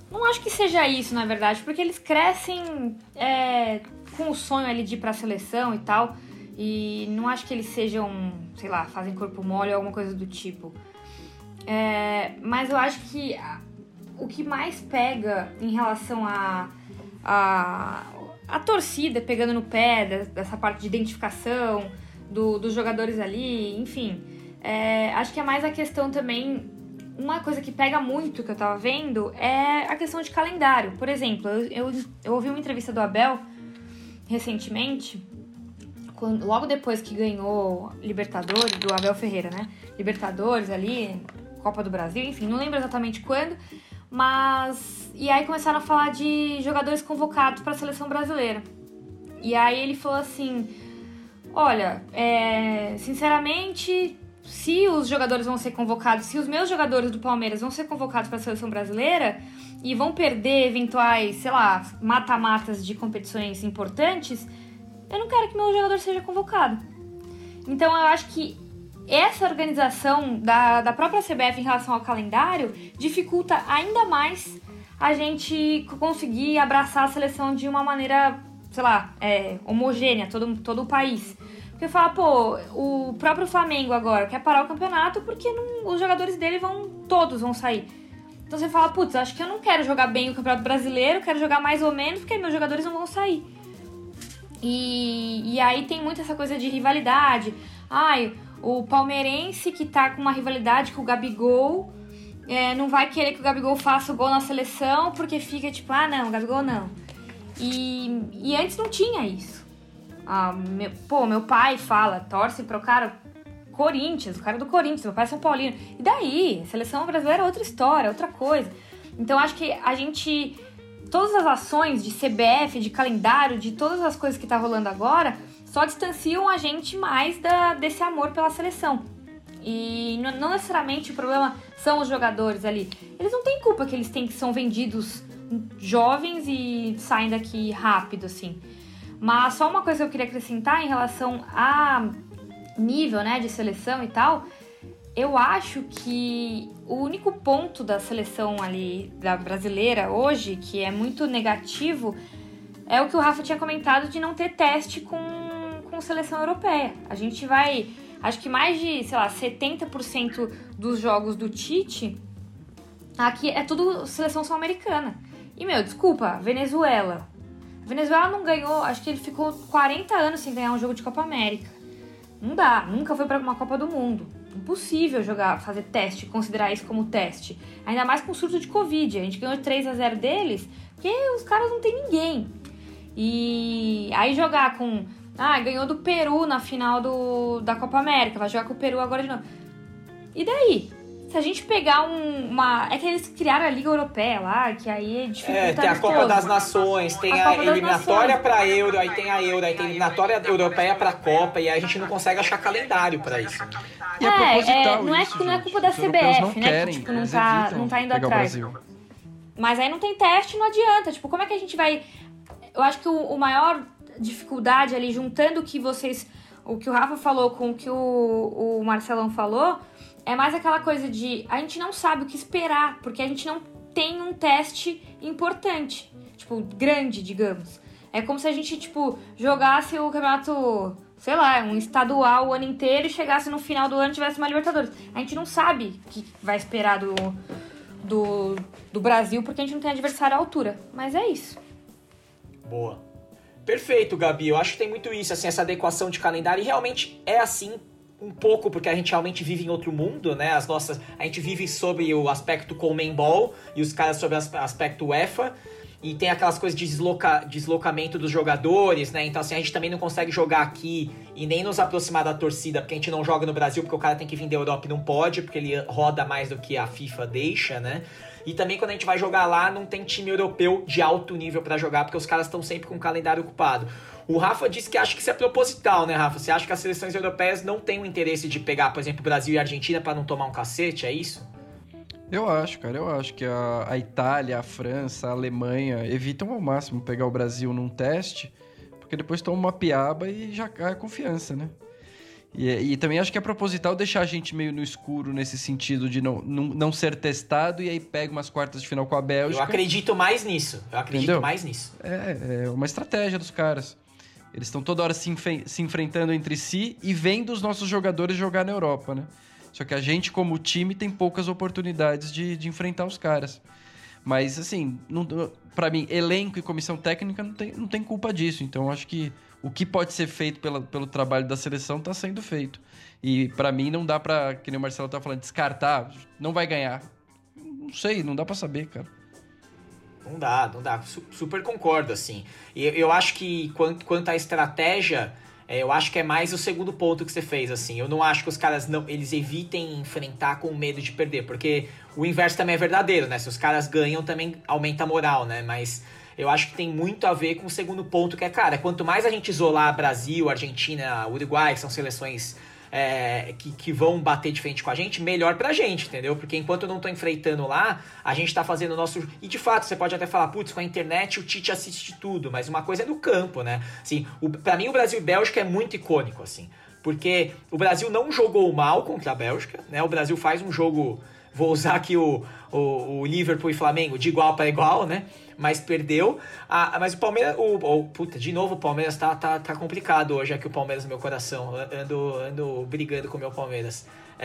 Não acho que seja isso, na verdade, porque eles crescem com o sonho ali de ir pra seleção e tal, e não acho que eles sejam, sei lá, fazem corpo mole ou alguma coisa do tipo. Mas eu acho que o que mais pega em relação a torcida pegando no pé dessa parte de identificação dos jogadores ali, enfim, acho que é mais a questão também. Uma coisa que pega muito, que eu tava vendo, é a questão de calendário. Por exemplo, eu ouvi uma entrevista do Abel recentemente, logo depois que ganhou Libertadores, do Abel Ferreira, né? Libertadores ali, Copa do Brasil, enfim, não lembro exatamente quando, mas... E aí começaram a falar de jogadores convocados para a seleção brasileira. E aí ele falou assim, olha, sinceramente... Se os jogadores vão ser convocados, se os meus jogadores do Palmeiras vão ser convocados para a seleção brasileira e vão perder eventuais, sei lá, mata-matas de competições importantes, eu não quero que meu jogador seja convocado. Então eu acho que essa organização da própria CBF em relação ao calendário dificulta ainda mais a gente conseguir abraçar a seleção de uma maneira, sei lá, homogênea, todo o país. Porque fala, pô, o próprio Flamengo agora quer parar o campeonato porque os jogadores dele todos vão sair. Então você fala, putz, acho que eu não quero jogar bem o Campeonato Brasileiro, quero jogar mais ou menos porque meus jogadores não vão sair. E aí tem muito essa coisa de rivalidade. O palmeirense que tá com uma rivalidade com o Gabigol, não vai querer que o Gabigol faça o gol na seleção porque fica tipo, não, o Gabigol não. E antes não tinha isso. Meu pai torce pro cara Corinthians, o cara do Corinthians, meu pai é São Paulino. E daí? A seleção brasileira é outra história, outra coisa. Então acho que todas as ações de CBF, de calendário, de todas as coisas que tá rolando agora, só distanciam a gente mais desse amor pela seleção. E não necessariamente o problema são os jogadores ali. Eles não têm culpa que eles são vendidos jovens e saem daqui rápido, assim. Mas só uma coisa que eu queria acrescentar em relação a nível, né, de seleção e tal, eu acho que o único ponto da seleção ali, da brasileira hoje, que é muito negativo, é o que o Rafa tinha comentado de não ter teste com seleção europeia. A gente vai, acho que mais de, sei lá, 70% dos jogos do Tite, aqui é tudo seleção sul-americana. E, desculpa, Venezuela não ganhou, acho que ele ficou 40 anos sem ganhar um jogo de Copa América. Não dá, nunca foi pra uma Copa do Mundo. Impossível fazer teste, considerar isso como teste. Ainda mais com surto de Covid. A gente ganhou 3-0 deles, porque os caras não tem ninguém. E aí jogar com... ganhou do Peru na final da Copa América, vai jogar com o Peru agora de novo. E daí? Se a gente pegar É que eles criaram a Liga Europeia lá, que aí dificulta. Tem a Copa das Nações, tem a eliminatória pra Euro, aí tem a Euro, aí tem a eliminatória europeia pra Copa, e aí a gente não consegue achar calendário pra isso. E é proposital não é culpa da CBF, né? Querem, que não tá indo atrás. Mas aí não tem teste, não adianta. Tipo, como é que a gente vai... Eu acho que o maior dificuldade ali, juntando o que o Rafa falou com o que o Marcelão falou, é mais aquela coisa de a gente não sabe o que esperar, porque a gente não tem um teste importante, tipo, grande, digamos. É como se a gente, tipo, jogasse o campeonato, sei lá, um estadual o ano inteiro e chegasse no final do ano e tivesse uma Libertadores. A gente não sabe o que vai esperar do Brasil, porque a gente não tem adversário à altura. Mas é isso. Boa. Perfeito, Gabi. Eu acho que tem muito isso, assim, essa adequação de calendário. E realmente é assim um pouco, porque a gente realmente vive em outro mundo, né? A gente vive sobre o aspecto Conmebol e os caras sobre o aspecto UEFA. E tem aquelas coisas de deslocamento dos jogadores, né? Então, assim, a gente também não consegue jogar aqui e nem nos aproximar da torcida, porque a gente não joga no Brasil, porque o cara tem que vir da Europa e não pode, porque ele roda mais do que a FIFA deixa, né? E também quando a gente vai jogar lá, não tem time europeu de alto nível pra jogar, porque os caras estão sempre com o calendário ocupado. O Rafa disse que acha que isso é proposital, né, Rafa? Você acha que as seleções europeias não têm o interesse de pegar, por exemplo, Brasil e Argentina pra não tomar um cacete, é isso? Eu acho, cara, que a Itália, a França, a Alemanha evitam ao máximo pegar o Brasil num teste, porque depois toma uma piaba e já cai a confiança, né? E também acho que é proposital deixar a gente meio no escuro nesse sentido de não ser testado e aí pega umas quartas de final com a Bélgica. Eu acredito mais nisso. Entendeu? Mais nisso. É uma estratégia dos caras. Eles estão toda hora se enfrentando entre si e vendo os nossos jogadores jogar na Europa, né? Só que a gente, como time, tem poucas oportunidades de enfrentar os caras. Mas, assim, pra mim, elenco e comissão técnica não tem culpa disso. Então, acho que o que pode ser feito pelo trabalho da seleção tá sendo feito. E, pra mim, não dá pra, que nem o Marcelo tá falando, descartar. Não vai ganhar. Não sei, não dá pra saber, cara. Não dá. Super concordo, assim. E eu acho que, quanto à estratégia, eu acho que é mais o segundo ponto que você fez, assim. Eu não acho que os caras eles evitem enfrentar com medo de perder, porque o inverso também é verdadeiro, né? Se os caras ganham, também aumenta a moral, né? Mas eu acho que tem muito a ver com o segundo ponto, que é, cara, quanto mais a gente isolar Brasil, Argentina, Uruguai, que são seleções que vão bater de frente com a gente, melhor pra gente, entendeu? Porque enquanto eu não tô enfrentando lá, a gente tá fazendo o nosso... E de fato, você pode até falar, putz, com a internet o Tite assiste tudo, mas uma coisa é no campo, né? Assim, pra mim o Brasil e Bélgica é muito icônico, assim, porque o Brasil não jogou mal contra a Bélgica, né? O Brasil faz um jogo, vou usar aqui o Liverpool e Flamengo, de igual para igual, né? Mas perdeu. Mas o Palmeiras... Puta, de novo o Palmeiras tá complicado hoje, aqui o Palmeiras no meu coração. Ando brigando com o meu Palmeiras.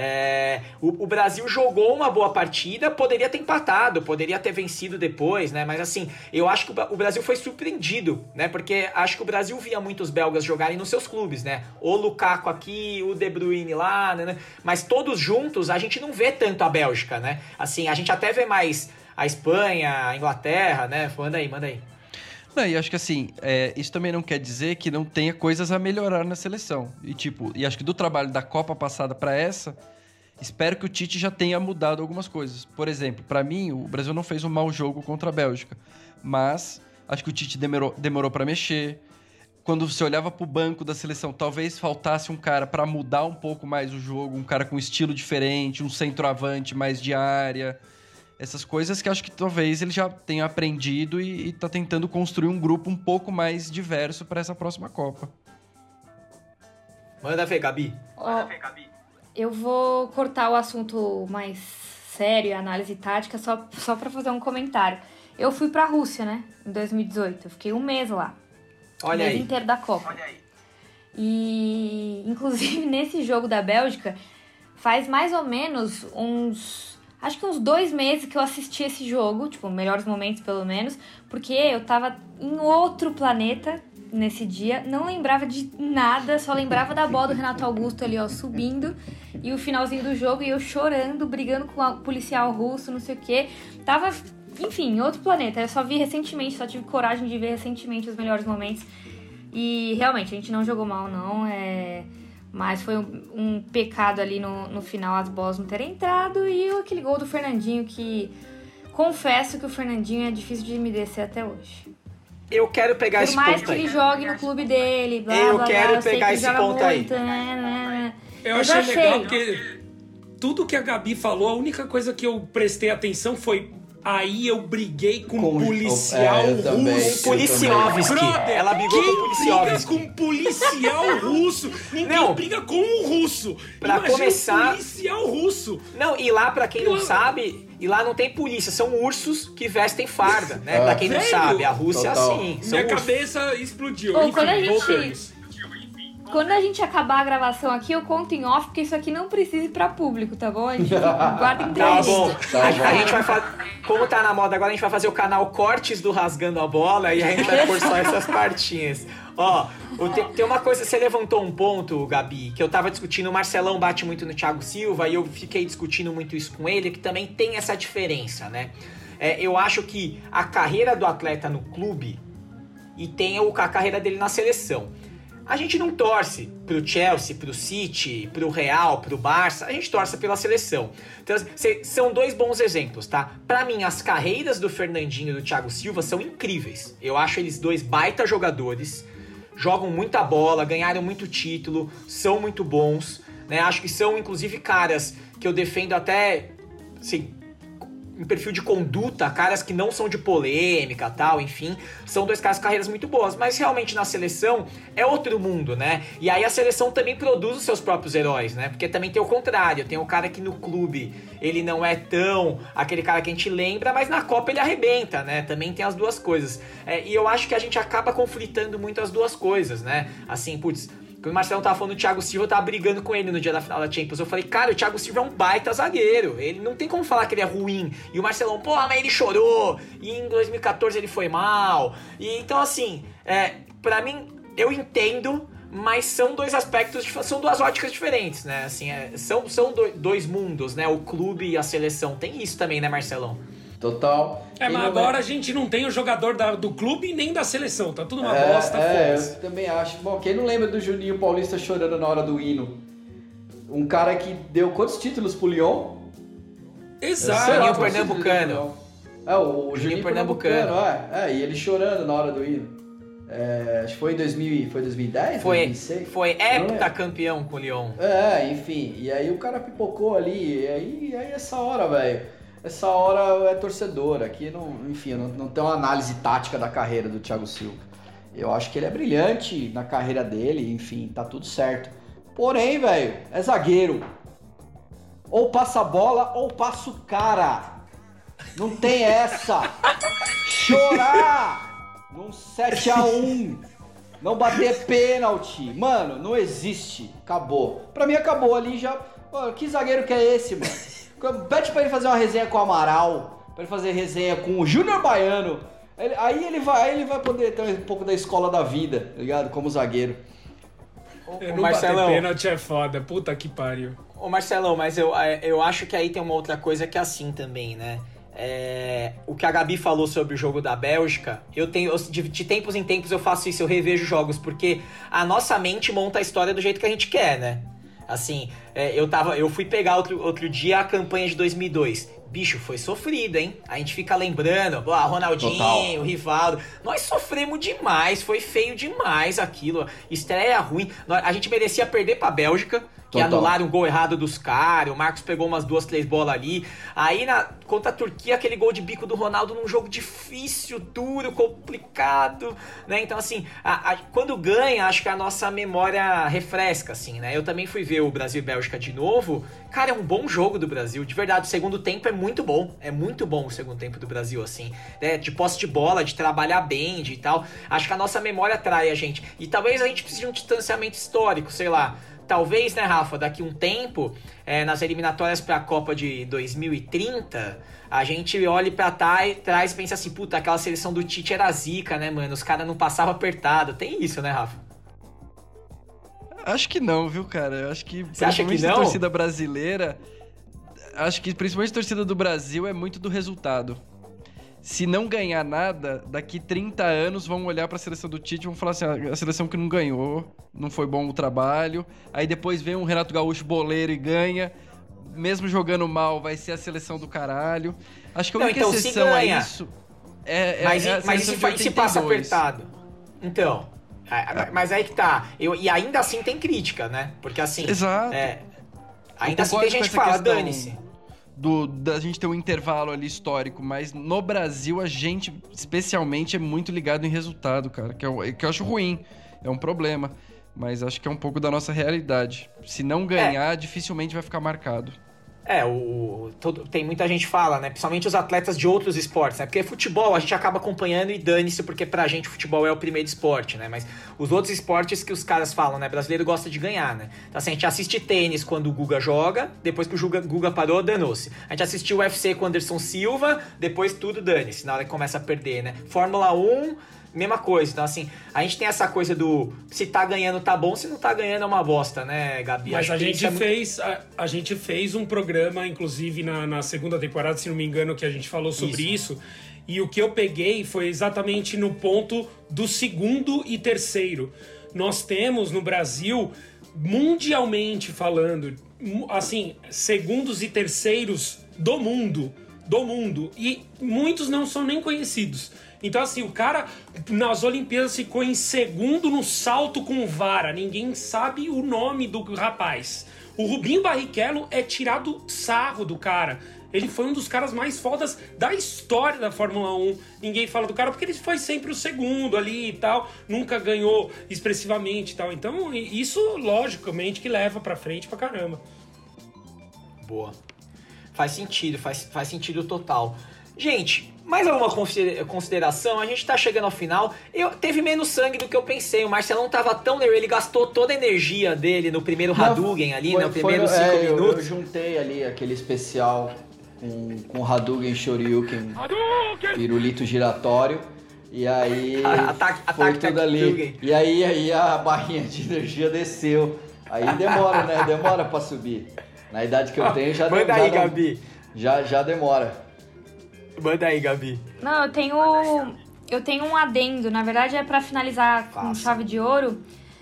O Brasil jogou uma boa partida, poderia ter empatado, poderia ter vencido depois, né? Mas assim, eu acho que o Brasil foi surpreendido, né? Porque acho que o Brasil via muitos belgas jogarem nos seus clubes, né? O Lukaku aqui, o De Bruyne lá, né? Mas todos juntos a gente não vê tanto a Bélgica, né? Assim, a gente até vê mais a Espanha, a Inglaterra, né? Manda aí. Não, e acho que assim, isso também não quer dizer que não tenha coisas a melhorar na seleção. E acho que do trabalho da Copa passada para essa, espero que o Tite já tenha mudado algumas coisas. Por exemplo, para mim, o Brasil não fez um mau jogo contra a Bélgica, mas acho que o Tite demorou para mexer. Quando você olhava pro banco da seleção, talvez faltasse um cara para mudar um pouco mais o jogo, um cara com estilo diferente, um centroavante mais de área. Essas coisas que acho que talvez ele já tenha aprendido e tá tentando construir um grupo um pouco mais diverso para essa próxima Copa. Manda ver, Gabi. Eu vou cortar o assunto mais sério, análise tática, só para fazer um comentário. Eu fui pra Rússia, né, em 2018. Eu fiquei um mês lá. Olha aí. O mês inteiro da Copa. E, inclusive, nesse jogo da Bélgica, faz mais ou menos acho que uns 2 meses que eu assisti esse jogo, tipo, melhores momentos pelo menos, porque eu tava em outro planeta nesse dia, não lembrava de nada, só lembrava da bola do Renato Augusto ali, ó, subindo, e o finalzinho do jogo, e eu chorando, brigando com o policial russo, não sei o quê. Tava, enfim, em outro planeta. Eu só tive coragem de ver recentemente os melhores momentos, e realmente, a gente não jogou mal, não, mas foi um pecado ali no final as bolas não terem entrado. E aquele gol do Fernandinho que... Confesso que o Fernandinho é difícil de me descer até hoje. Eu quero pegar esse ponto aí. Por mais que ele jogue no clube dele, blá, eu blá, quero blá, pegar esse ponto aí. Eu achei legal porque tudo que a Gabi falou, a única coisa que eu prestei atenção foi... Aí eu briguei com um policial russo. Policiovski. Ela brigou com o Policiovski. Briga com um policial russo. Ninguém briga com um russo. Pra começar... um policial russo. Não, e lá, pra quem não sabe, e lá não tem polícia. São ursos que vestem farda, né? Pra quem não sabe, a Rússia é assim. Minha cabeça explodiu. Enfim, voltamos. Quando a gente acabar a gravação aqui, eu conto em off, porque isso aqui não precisa ir pra público, tá bom? A gente guarda entrevista. Tá bom. A gente vai fazer... Como tá na moda agora, a gente vai fazer o canal Cortes do Rasgando a Bola e a gente vai pôr só essas partinhas. Ó, tem uma coisa, você levantou um ponto, Gabi, que eu tava discutindo, o Marcelão bate muito no Thiago Silva e eu fiquei discutindo muito isso com ele, que também tem essa diferença, né? Eu acho que a carreira do atleta no clube e tem a carreira dele na seleção. A gente não torce pro Chelsea, pro City, pro Real, pro Barça, a gente torce pela seleção. Então, são 2 bons exemplos, tá? Pra mim, as carreiras do Fernandinho e do Thiago Silva são incríveis. Eu acho eles 2 baita jogadores, jogam muita bola, ganharam muito título, são muito bons, né? Acho que são, inclusive, caras que eu defendo até, assim, em perfil de conduta, caras que não são de polêmica, tal, enfim, são dois caras com carreiras muito boas, mas realmente na seleção é outro mundo, né? E aí a seleção também produz os seus próprios heróis, né? Porque também tem o contrário, tem o cara que no clube ele não é tão aquele cara que a gente lembra, mas na Copa ele arrebenta, né? Também tem as duas coisas. E eu acho que a gente acaba conflitando muito as duas coisas, né? Assim, putz, quando o Marcelão tava falando do Thiago Silva, eu tava brigando com ele no dia da final da Champions. Eu falei, cara, o Thiago Silva é um baita zagueiro. Ele não tem como falar que ele é ruim. E o Marcelão, porra, mas ele chorou. E em 2014 ele foi mal. E então, assim, pra mim, eu entendo, mas são dois aspectos, são duas óticas diferentes, né? Assim, são dois mundos, né? O clube e a seleção. Tem isso também, né, Marcelão? Total. Mas agora a gente não tem o jogador do clube nem da seleção. Tá tudo uma bosta. Eu também acho. Bom, quem não lembra do Juninho Paulista chorando na hora do hino? Um cara que deu quantos títulos pro Lyon? Exato. Juninho Pernambucano. O Juninho Pernambucano. E ele chorando na hora do hino. Acho que foi em 2010? Foi 2006? Foi heptacampeão com o Lyon. Enfim. E aí o cara pipocou ali. E aí essa hora, velho. Essa hora é torcedor. Aqui, não tem uma análise tática da carreira do Thiago Silva. Eu acho que ele é brilhante na carreira dele, enfim, tá tudo certo. Porém, velho, é zagueiro. Ou passa a bola ou passa o cara. Não tem essa. Chorar num 7-1. Não bater pênalti. Mano, não existe. Acabou. Pra mim acabou ali já. Mano, que zagueiro que é esse, mano? Pede pra ele fazer uma resenha com o Amaral, pra ele fazer resenha com o Júnior Baiano. Aí ele vai poder ter um pouco da escola da vida, ligado? Como zagueiro. Não Marcelão, bater pênalti é foda, puta que pariu. Ô Marcelão, mas eu acho que aí tem uma outra coisa que é assim também, né? O que a Gabi falou sobre o jogo da Bélgica, de tempos em tempos eu faço isso, eu revejo jogos, porque a nossa mente monta a história do jeito que a gente quer, né? Assim, eu fui pegar outro dia a campanha de 2002. Bicho, foi sofrido, hein? A gente fica lembrando, Ronaldinho, Total. Rivaldo. Nós sofremos demais, foi feio demais aquilo. Estreia ruim. A gente merecia perder pra Bélgica, que anularam o gol errado dos caras. O Marcos pegou umas 2, 3 bolas ali. Aí, contra a Turquia, aquele gol de bico do Ronaldo num jogo difícil, duro, complicado, né? Então, assim, quando ganha, acho que a nossa memória refresca, assim, né? Eu também fui ver o Brasil e Bélgica de novo. Cara, é um bom jogo do Brasil. De verdade, o segundo tempo é muito bom. É muito bom o segundo tempo do Brasil, assim. Né? De posse de bola, de trabalhar bem, de tal. Acho que a nossa memória atrai a gente. E talvez a gente precise de um distanciamento histórico, sei lá. Talvez, né, Rafa, daqui um tempo, nas eliminatórias para a Copa de 2030, a gente olhe para trás e pense assim, puta, aquela seleção do Tite era zica, né, mano? Os caras não passavam apertado. Tem isso, né, Rafa? Acho que não, viu, cara? Eu acho que, você acha que não? A torcida brasileira, acho que principalmente a torcida do Brasil é muito do resultado. Se não ganhar nada, daqui 30 anos vão olhar pra seleção do Tite e vão falar assim, a seleção que não ganhou, não foi bom o trabalho. Aí depois vem um Renato Gaúcho boleiro e ganha. Mesmo jogando mal, vai ser a seleção do caralho. Acho que a única exceção a isso mas e se passa apertado? Então, mas aí que tá. E ainda assim tem crítica, né? Porque assim... Exato. Ainda assim tem gente que fala, dane-se. Da gente ter um intervalo ali histórico, mas no Brasil a gente, especialmente, é muito ligado em resultado, cara, que eu acho ruim, é um problema, mas acho que é um pouco da nossa realidade. Se não ganhar, dificilmente vai ficar marcado. Tem muita gente que fala, né? Principalmente os atletas de outros esportes, né? Porque futebol a gente acaba acompanhando e dane-se, porque pra gente o futebol é o primeiro esporte, né? Mas os outros esportes que os caras falam, né? Brasileiro gosta de ganhar, né? Então assim, a gente assiste tênis quando o Guga joga, depois que o Guga parou, danou-se. A gente assistiu o UFC com o Anderson Silva, depois tudo dane-se, na hora que começa a perder, né? Fórmula 1... mesma coisa, então assim, a gente tem essa coisa do se tá ganhando tá bom, se não tá ganhando é uma bosta, né, Gabi? Mas a gente fez um programa, inclusive na segunda temporada, se não me engano, que a gente falou sobre isso, e o que eu peguei foi exatamente no ponto do segundo e terceiro. Nós temos no Brasil, mundialmente falando, assim, segundos e terceiros do mundo do mundo. E muitos não são nem conhecidos. Então, assim, o cara nas Olimpíadas ficou em segundo no salto com vara. Ninguém sabe o nome do rapaz. O Rubinho Barrichello é tirado sarro do cara. Ele foi um dos caras mais fodas da história da Fórmula 1. Ninguém fala do cara porque ele foi sempre o segundo ali e tal. Nunca ganhou expressivamente e tal. Então, isso, logicamente, que leva pra frente pra caramba. Boa. Faz sentido total. Gente, mais alguma consideração? A gente tá chegando ao final. Teve menos sangue do que eu pensei. O Marcelão tava tão nervoso, ele gastou toda a energia dele no primeiro Hadouken ali, no primeiro 5 minutos. Eu juntei ali aquele especial com Hadouken, Shoryuken, pirulito giratório. E aí foi tudo ali. Hadouken. E aí a barrinha de energia desceu. Aí demora, né? Demora pra subir. Na idade que eu tenho já demora. Manda aí, Gabi. Já demora. Manda aí, Gabi. Não, eu tenho um adendo. Na verdade, é pra finalizar com chave de ouro.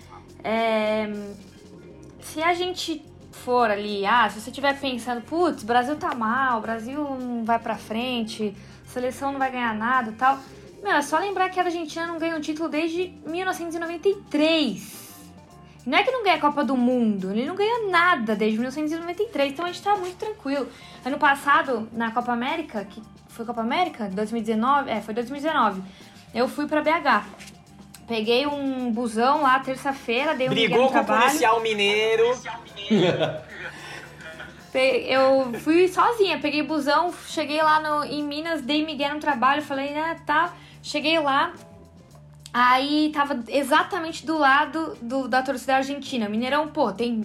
Se a gente for ali, se você estiver pensando, putz, o Brasil tá mal, o Brasil não vai pra frente, a seleção não vai ganhar nada e tal. Meu, é só lembrar que a Argentina não ganha um título desde 1993. Não é que não ganha a Copa do Mundo, ele não ganhou nada desde 1993, então a gente tá muito tranquilo. Ano passado, na Copa América, que foi Copa América? 2019? Foi 2019. Eu fui pra BH. Peguei um busão lá, terça-feira, dei um migué no trabalho. Brigou com o policial mineiro. Eu fui sozinha, peguei busão, cheguei lá em Minas, dei migué no trabalho, falei, tá. Cheguei lá. Aí tava exatamente do lado da torcida argentina. Mineirão, tem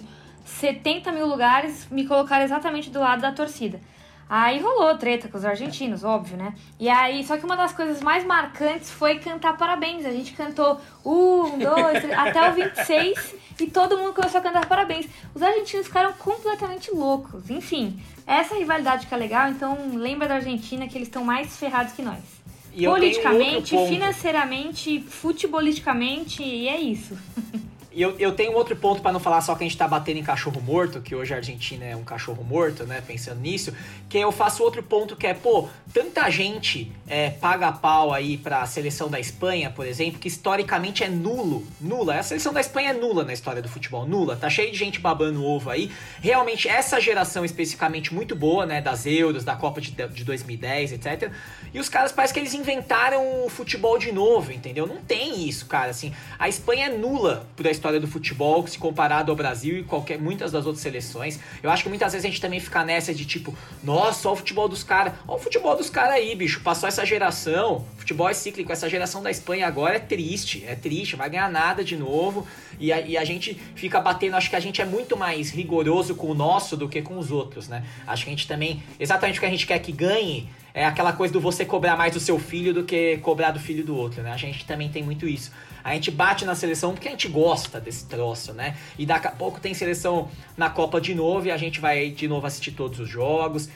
70 mil lugares, me colocaram exatamente do lado da torcida. Aí rolou treta com os argentinos, óbvio, né? E aí, só que uma das coisas mais marcantes foi cantar parabéns. A gente cantou 1, 2, 3, até o 26 e todo mundo começou a cantar parabéns. Os argentinos ficaram completamente loucos. Enfim, essa rivalidade que é legal, então lembra da Argentina que eles estão mais ferrados que nós. Politicamente, financeiramente, futebolisticamente, e é isso. E eu tenho outro ponto pra não falar só que a gente tá batendo em cachorro morto, que hoje a Argentina é um cachorro morto, né, pensando nisso, que eu faço outro ponto que é, tanta gente paga pau aí pra seleção da Espanha, por exemplo, que historicamente é nula. A seleção da Espanha é nula na história do futebol, nula. Tá cheio de gente babando ovo aí. Realmente, essa geração especificamente muito boa, né, das Euros, da Copa de 2010, etc. E os caras parece que eles inventaram o futebol de novo, entendeu? Não tem isso, cara, assim. A Espanha é nula pra história do futebol, se comparado ao Brasil e muitas das outras seleções. Eu acho que muitas vezes a gente também fica nessa de tipo, nossa, olha o futebol dos caras. Olha o futebol dos caras aí, bicho. Passou essa geração. Futebol é cíclico. Essa geração da Espanha agora é triste. Vai ganhar nada de novo. E a gente fica batendo. Acho que a gente é muito mais rigoroso com o nosso do que com os outros, né? Acho que a gente também, exatamente o que a gente quer que ganhe, é aquela coisa do você cobrar mais do seu filho do que cobrar do filho do outro, né? A gente também tem muito isso. A gente bate na seleção porque a gente gosta desse troço, né? E daqui a pouco tem seleção na Copa de novo e a gente vai de novo assistir todos os jogos.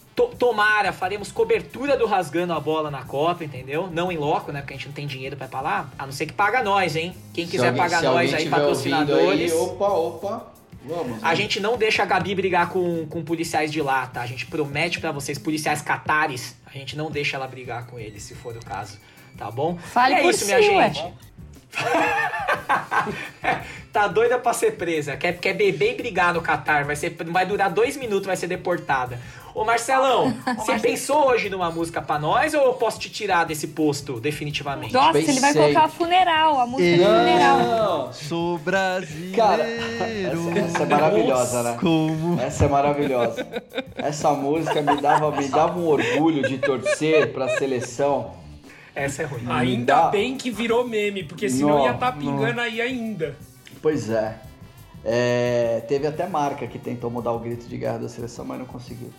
Tomara, faremos cobertura do Rasgando a Bola na Copa, entendeu? Não em loco, né? Porque a gente não tem dinheiro pra ir pra lá. A não ser que paga nós, hein? Quem quiser pagar nós aí, patrocinadores. Aí, opa. Vamos. A gente não deixa a Gabi brigar com policiais de lá, tá? A gente promete pra vocês, policiais catares, a gente não deixa ela brigar com eles, se for o caso, tá bom? Fale por isso, si, minha gente. Tá doida pra ser presa. Quer beber e brigar no Catar. Vai durar 2 minutos, vai ser deportada. Ô Marcelão, você pensou hoje numa música pra nós ou eu posso te tirar desse posto definitivamente? Nossa, ele vai colocar a funeral, a música do funeral. Sou brasileiro. Cara, essa é maravilhosa, né? Como? Essa é maravilhosa. Essa música me dava um orgulho de torcer pra seleção. Essa é ruim. Ainda bem que virou meme, porque senão ia estar pingando aí ainda. Pois é. Teve até marca que tentou mudar o grito de guerra da seleção, mas não conseguiu.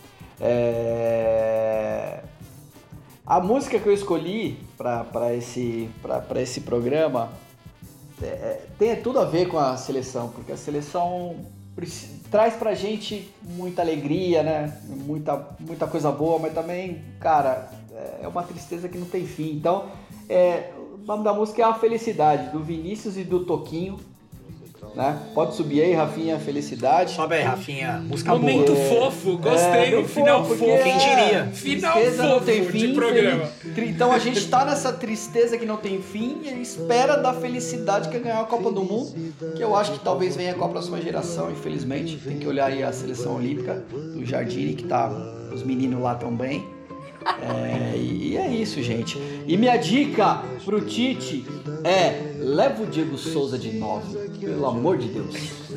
A música que eu escolhi para esse programa tem tudo a ver com a seleção, porque a seleção traz pra gente muita alegria, né? Muita coisa boa, mas também, cara, é uma tristeza que não tem fim. Então, o nome da música é A Felicidade, do Vinícius e do Toquinho. né? Pode subir aí, Rafinha, felicidade. Sobe aí, Rafinha. Música Momento boa. fofo, gostei. bem No final fofo, fofo. porque Quem diria? Final Tristeza não fofo tem de fim, programa. Então a gente tá nessa tristeza que não tem fim e espera da felicidade que é ganhar a Copa do Mundo, que eu acho que talvez venha com a próxima geração, infelizmente. Tem que olhar aí a seleção olímpica do Jardine, que tá, os meninos lá tão bem. E é isso, gente. E minha dica pro Tite é: leva o Diego Souza de 9, pelo amor de Deus.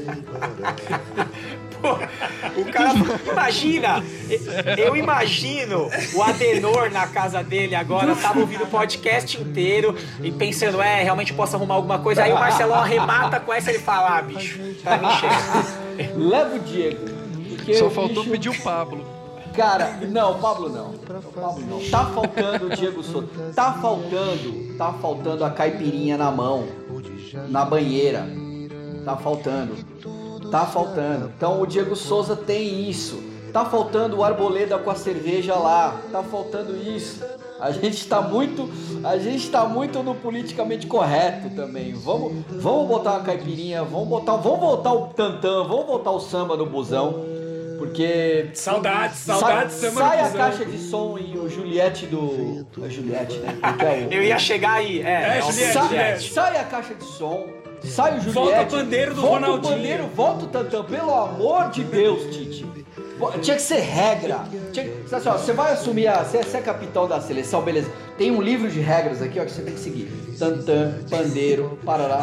Pô, o cara, imagina, eu imagino o Adenor na casa dele agora, tava ouvindo o podcast inteiro e pensando, realmente posso arrumar alguma coisa. Aí o Marcelão arremata com essa e ele fala, bicho, tá me enchendo. Leva o Diego. Porque Só o faltou bicho- pedir o Pablo. Cara, não, o Pablo não. O Pablo não. Tá faltando o Diego Souza. Tá faltando a caipirinha na mão, na banheira. Tá faltando. Então o Diego Souza tem isso. Tá faltando o Arboleda com a cerveja lá. Tá faltando isso. A gente tá muito no politicamente correto também. Vamos botar uma caipirinha, vamos voltar o tantã, vamos voltar o samba no busão. Porque Saudades, samba sai no a busão. caixa de som e o Juliette do... A Juliette, né? Porque é o- Eu ia chegar aí, Juliette. sai a caixa de som, sai o Juliette. Volta o pandeiro do volta Ronaldinho. o pandeiro, volta o tantã, pelo amor de Deus, Tite. Pô, tinha que ser regra. Assim, ó, você vai assumir, você é capitão da seleção, beleza. Tem um livro de regras aqui, ó, que você tem que seguir. Tantã, pandeiro, parará,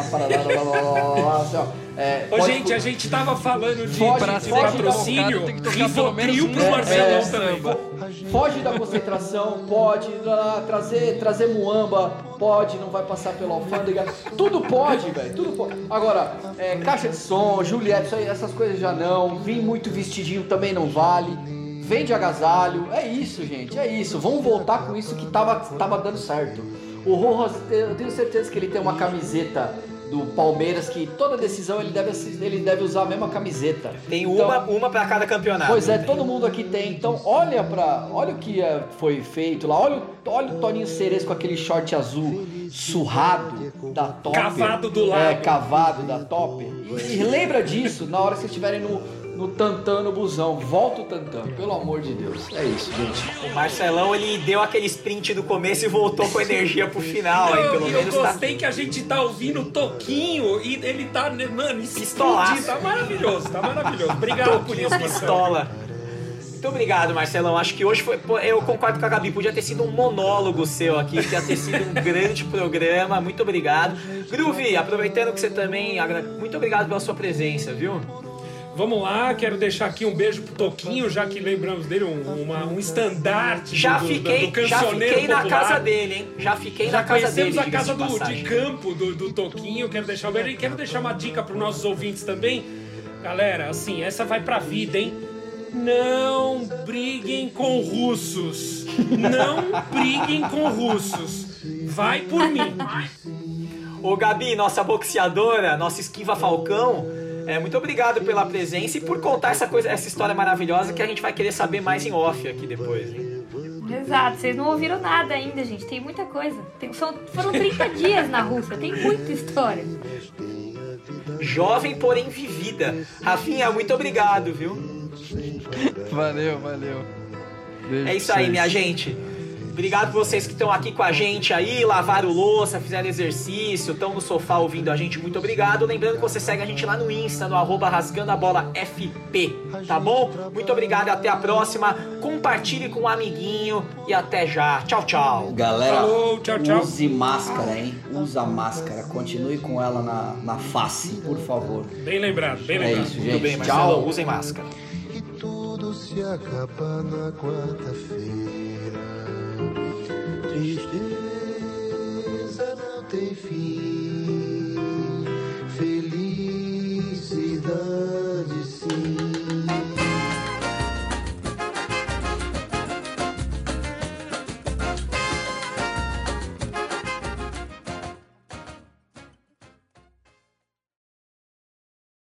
assim, ó. Ô, gente, a gente tava falando de Foge, de foge, patrocínio, tem que tocar pelo menos Rivotril pro um Marcelão samba. também. Foge da concentração, pode trazer muamba, pode, não vai passar pela alfândega, tudo pode, velho, tudo pode. Agora, caixa de som, Juliette, isso aí, essas coisas já não, vim muito vestidinho também não vale, vem de agasalho, é isso, gente, é isso, vamos voltar com isso que tava dando certo. O Rojas, eu tenho certeza que ele tem uma camiseta do Palmeiras, que toda decisão ele deve usar a mesma camiseta. Tem Então, uma pra cada campeonato. pois é, Tem. todo mundo aqui tem. Então olha o que foi feito lá. Olha o Toninho Cerezo com aquele short azul surrado da Topper. Cavado do lado. Cavado da Topper. E lembra disso na hora que vocês estiverem no tantã, no busão. Volta o tantã, pelo amor de Deus. É isso, gente. O Marcelão, ele deu aquele sprint do começo e voltou com energia pro final, hein? Pelo Eu menos tá... gostei que a gente tá ouvindo o Toquinho e ele tá, mano, Pistolaço. explodindo. Tá maravilhoso, tá maravilhoso. Obrigado por isso, Marcelo. pistola. Muito obrigado, Marcelão. Acho que hoje foi... pô, eu concordo com a Gabi. Podia ter sido um monólogo seu aqui. Podia ter sido um grande programa. Muito obrigado. Groovy, aproveitando que você também... Muito obrigado pela sua presença, viu? Vamos lá, quero deixar aqui um beijo pro Toquinho, já que lembramos dele, um estandarte Já do fiquei cancioneiro na popular. casa dele, hein? Já fiquei Já na casa dele, conhecemos a diga-se casa de de passagem. campo do Toquinho, quero deixar um beijo e quero deixar uma dica pros nossos ouvintes também. Galera, assim, essa vai pra vida, hein? Não briguem com russos. Não briguem com russos. Vai por mim. Ô Gabi, nossa boxeadora, nossa esquiva Falcão, muito obrigado pela presença e por contar essa história maravilhosa que a gente vai querer saber mais em off aqui depois, hein? Exato, vocês não ouviram nada ainda, gente. Tem muita coisa. Foram 30 dias na Rússia, tem muita história. Jovem, porém vivida. Rafinha, muito obrigado, viu? Valeu. Beijo É isso pra aí, vocês. minha gente. Obrigado por vocês que estão aqui com a gente aí, lavaram louça, fizeram exercício, estão no sofá ouvindo a gente, muito obrigado. Lembrando que você segue a gente lá no Insta, no @rasgandoabolafp, tá bom? Muito obrigado e até a próxima. Compartilhe com um amiguinho e até já. Tchau, tchau. Galera, Falou, tchau, tchau. use máscara, hein? Usa máscara. Continue com ela na face, por favor. Bem lembrado, bem É lembrado. isso, gente. Muito bem, Marcelão, Tchau. usem máscara. E tudo se acaba na quarta-feira. Tristeza não tem fim.